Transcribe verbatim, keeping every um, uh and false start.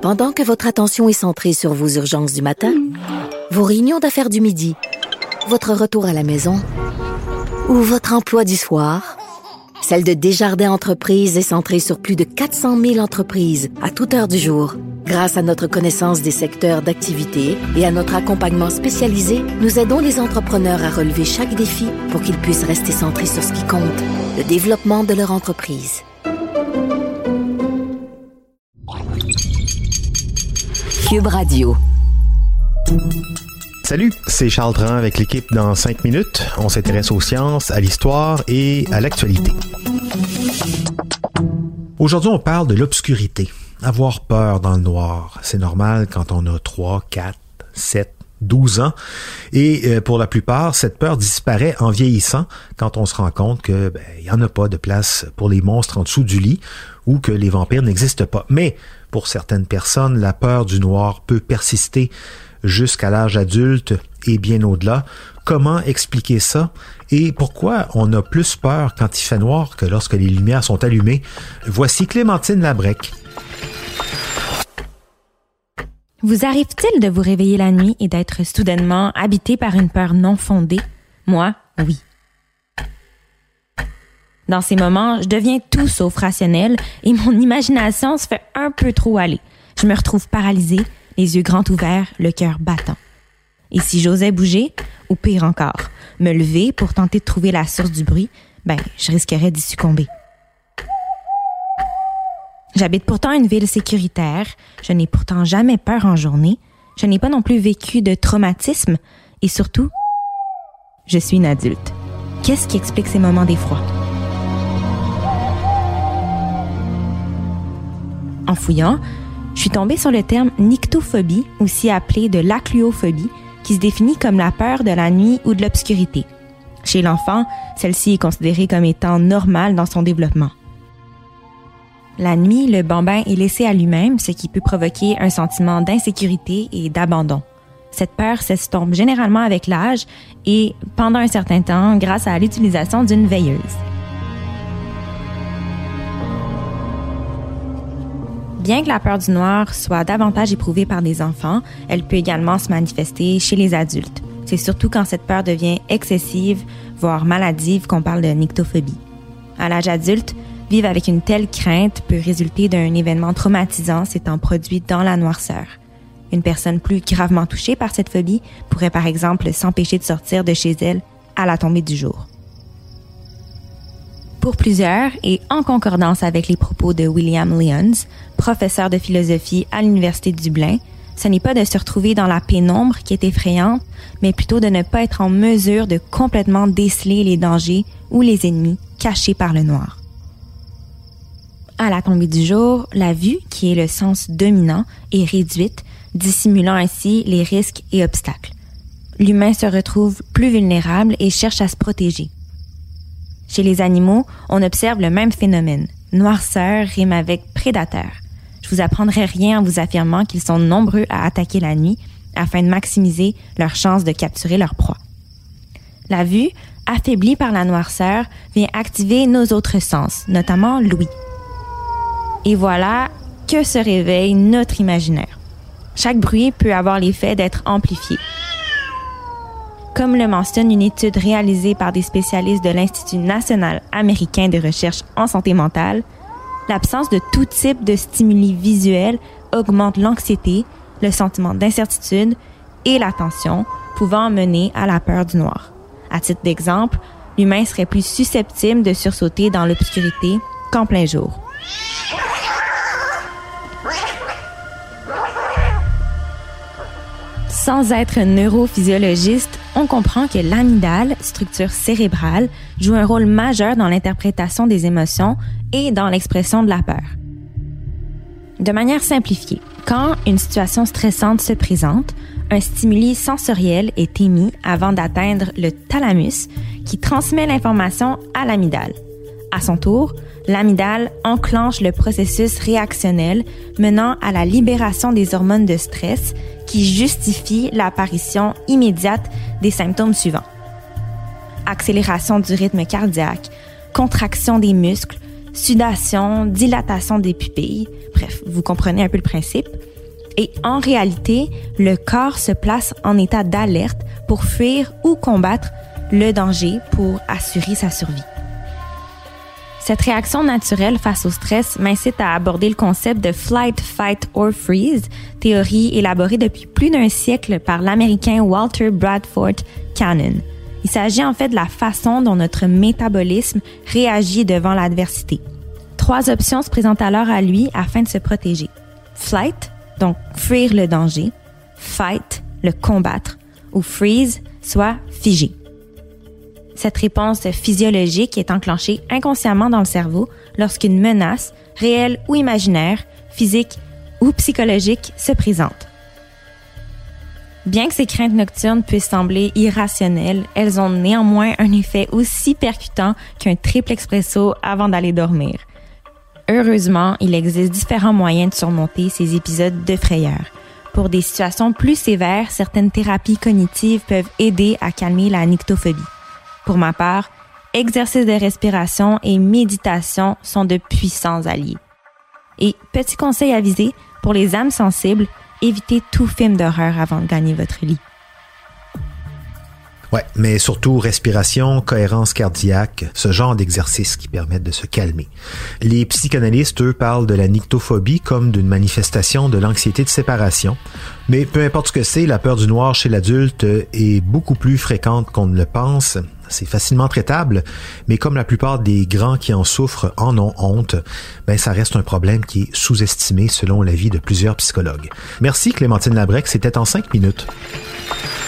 Pendant que votre attention est centrée sur vos urgences du matin, vos réunions d'affaires du midi, votre retour à la maison ou votre emploi du soir, celle de Desjardins Entreprises est centrée sur plus de quatre cent mille entreprises à toute heure du jour. Grâce à notre connaissance des secteurs d'activité et à notre accompagnement spécialisé, nous aidons les entrepreneurs à relever chaque défi pour qu'ils puissent rester centrés sur ce qui compte, le développement de leur entreprise. Cube Radio. Salut, c'est Charles Dran avec l'équipe dans cinq minutes. On s'intéresse aux sciences, à l'histoire et à l'actualité. Aujourd'hui, on parle de l'obscurité. Avoir peur dans le noir, c'est normal quand on a trois, quatre, sept, douze ans. Et pour la plupart, cette peur disparaît en vieillissant quand on se rend compte que ben, il y en a pas de place pour les monstres en dessous du lit ou que les vampires n'existent pas. Mais pour certaines personnes, la peur du noir peut persister jusqu'à l'âge adulte et bien au-delà. Comment expliquer ça? Et pourquoi on a plus peur quand il fait noir que lorsque les lumières sont allumées? Voici Clémentine Labrec. Vous arrive-t-il de vous réveiller la nuit et d'être soudainement habité par une peur non fondée? Moi, oui. Dans ces moments, je deviens tout sauf rationnel et mon imagination se fait un peu trop aller. Je me retrouve paralysée, les yeux grands ouverts, le cœur battant. Et si j'osais bouger, ou pire encore, me lever pour tenter de trouver la source du bruit, ben, je risquerais d'y succomber. J'habite pourtant une ville sécuritaire, je n'ai pourtant jamais peur en journée, je n'ai pas non plus vécu de traumatisme, et surtout, je suis une adulte. Qu'est-ce qui explique ces moments d'effroi? En fouillant, je suis tombée sur le terme nyctophobie, aussi appelé de l'acluophobie, qui se définit comme la peur de la nuit ou de l'obscurité. Chez l'enfant, celle-ci est considérée comme étant normale dans son développement. La nuit, le bambin est laissé à lui-même, ce qui peut provoquer un sentiment d'insécurité et d'abandon. Cette peur s'estompe généralement avec l'âge et, pendant un certain temps, grâce à l'utilisation d'une veilleuse. Bien que la peur du noir soit davantage éprouvée par des enfants, elle peut également se manifester chez les adultes. C'est surtout quand cette peur devient excessive, voire maladive, qu'on parle de nyctophobie. À l'âge adulte, vivre avec une telle crainte peut résulter d'un événement traumatisant s'étant produit dans la noirceur. Une personne plus gravement touchée par cette phobie pourrait par exemple s'empêcher de sortir de chez elle à la tombée du jour. Pour plusieurs, et en concordance avec les propos de William Lyons, professeur de philosophie à l'Université de Dublin, ce n'est pas de se retrouver dans la pénombre qui est effrayante, mais plutôt de ne pas être en mesure de complètement déceler les dangers ou les ennemis cachés par le noir. À la tombée du jour, la vue, qui est le sens dominant, est réduite, dissimulant ainsi les risques et obstacles. L'humain se retrouve plus vulnérable et cherche à se protéger. Chez les animaux, on observe le même phénomène. Noirceur rime avec prédateur. Je vous apprendrai rien en vous affirmant qu'ils sont nombreux à attaquer la nuit afin de maximiser leurs chances de capturer leur proie. La vue, affaiblie par la noirceur, vient activer nos autres sens, notamment l'ouïe. Et voilà que se réveille notre imaginaire. Chaque bruit peut avoir l'effet d'être amplifié. Comme le mentionne une étude réalisée par des spécialistes de l'Institut national américain de recherche en santé mentale, l'absence de tout type de stimuli visuels augmente l'anxiété, le sentiment d'incertitude et la tension, pouvant mener à la peur du noir. À titre d'exemple, l'humain serait plus susceptible de sursauter dans l'obscurité qu'en plein jour. Sans être neurophysiologiste, on comprend que l'amygdale, structure cérébrale, joue un rôle majeur dans l'interprétation des émotions et dans l'expression de la peur. De manière simplifiée, quand une situation stressante se présente, un stimuli sensoriel est émis avant d'atteindre le thalamus qui transmet l'information à l'amygdale. À son tour, l'amygdale enclenche le processus réactionnel menant à la libération des hormones de stress qui justifie l'apparition immédiate des symptômes suivants. Accélération du rythme cardiaque, contraction des muscles, sudation, dilatation des pupilles, bref, vous comprenez un peu le principe. Et en réalité, le corps se place en état d'alerte pour fuir ou combattre le danger pour assurer sa survie. Cette réaction naturelle face au stress m'incite à aborder le concept de Flight, Fight or Freeze, théorie élaborée depuis plus d'un siècle par l'Américain Walter Bradford Cannon. Il s'agit en fait de la façon dont notre métabolisme réagit devant l'adversité. Trois options se présentent alors à lui afin de se protéger. Flight, donc fuir le danger. Fight, le combattre. Ou freeze, soit figer. Cette réponse physiologique est enclenchée inconsciemment dans le cerveau lorsqu'une menace, réelle ou imaginaire, physique ou psychologique, se présente. Bien que ces craintes nocturnes puissent sembler irrationnelles, elles ont néanmoins un effet aussi percutant qu'un triple expresso avant d'aller dormir. Heureusement, il existe différents moyens de surmonter ces épisodes de frayeur. Pour des situations plus sévères, certaines thérapies cognitives peuvent aider à calmer la nyctophobie. Pour ma part, exercices de respiration et méditation sont de puissants alliés. Et petit conseil avisé, pour les âmes sensibles, évitez tout film d'horreur avant de gagner votre lit. Ouais, mais surtout respiration, cohérence cardiaque, ce genre d'exercices qui permettent de se calmer. Les psychanalystes, eux, parlent de la nyctophobie comme d'une manifestation de l'anxiété de séparation. Mais peu importe ce que c'est, la peur du noir chez l'adulte est beaucoup plus fréquente qu'on ne le pense. C'est facilement traitable, mais comme la plupart des grands qui en souffrent en ont honte, ben ça reste un problème qui est sous-estimé selon l'avis de plusieurs psychologues. Merci Clémentine Labrec, c'était en cinq minutes.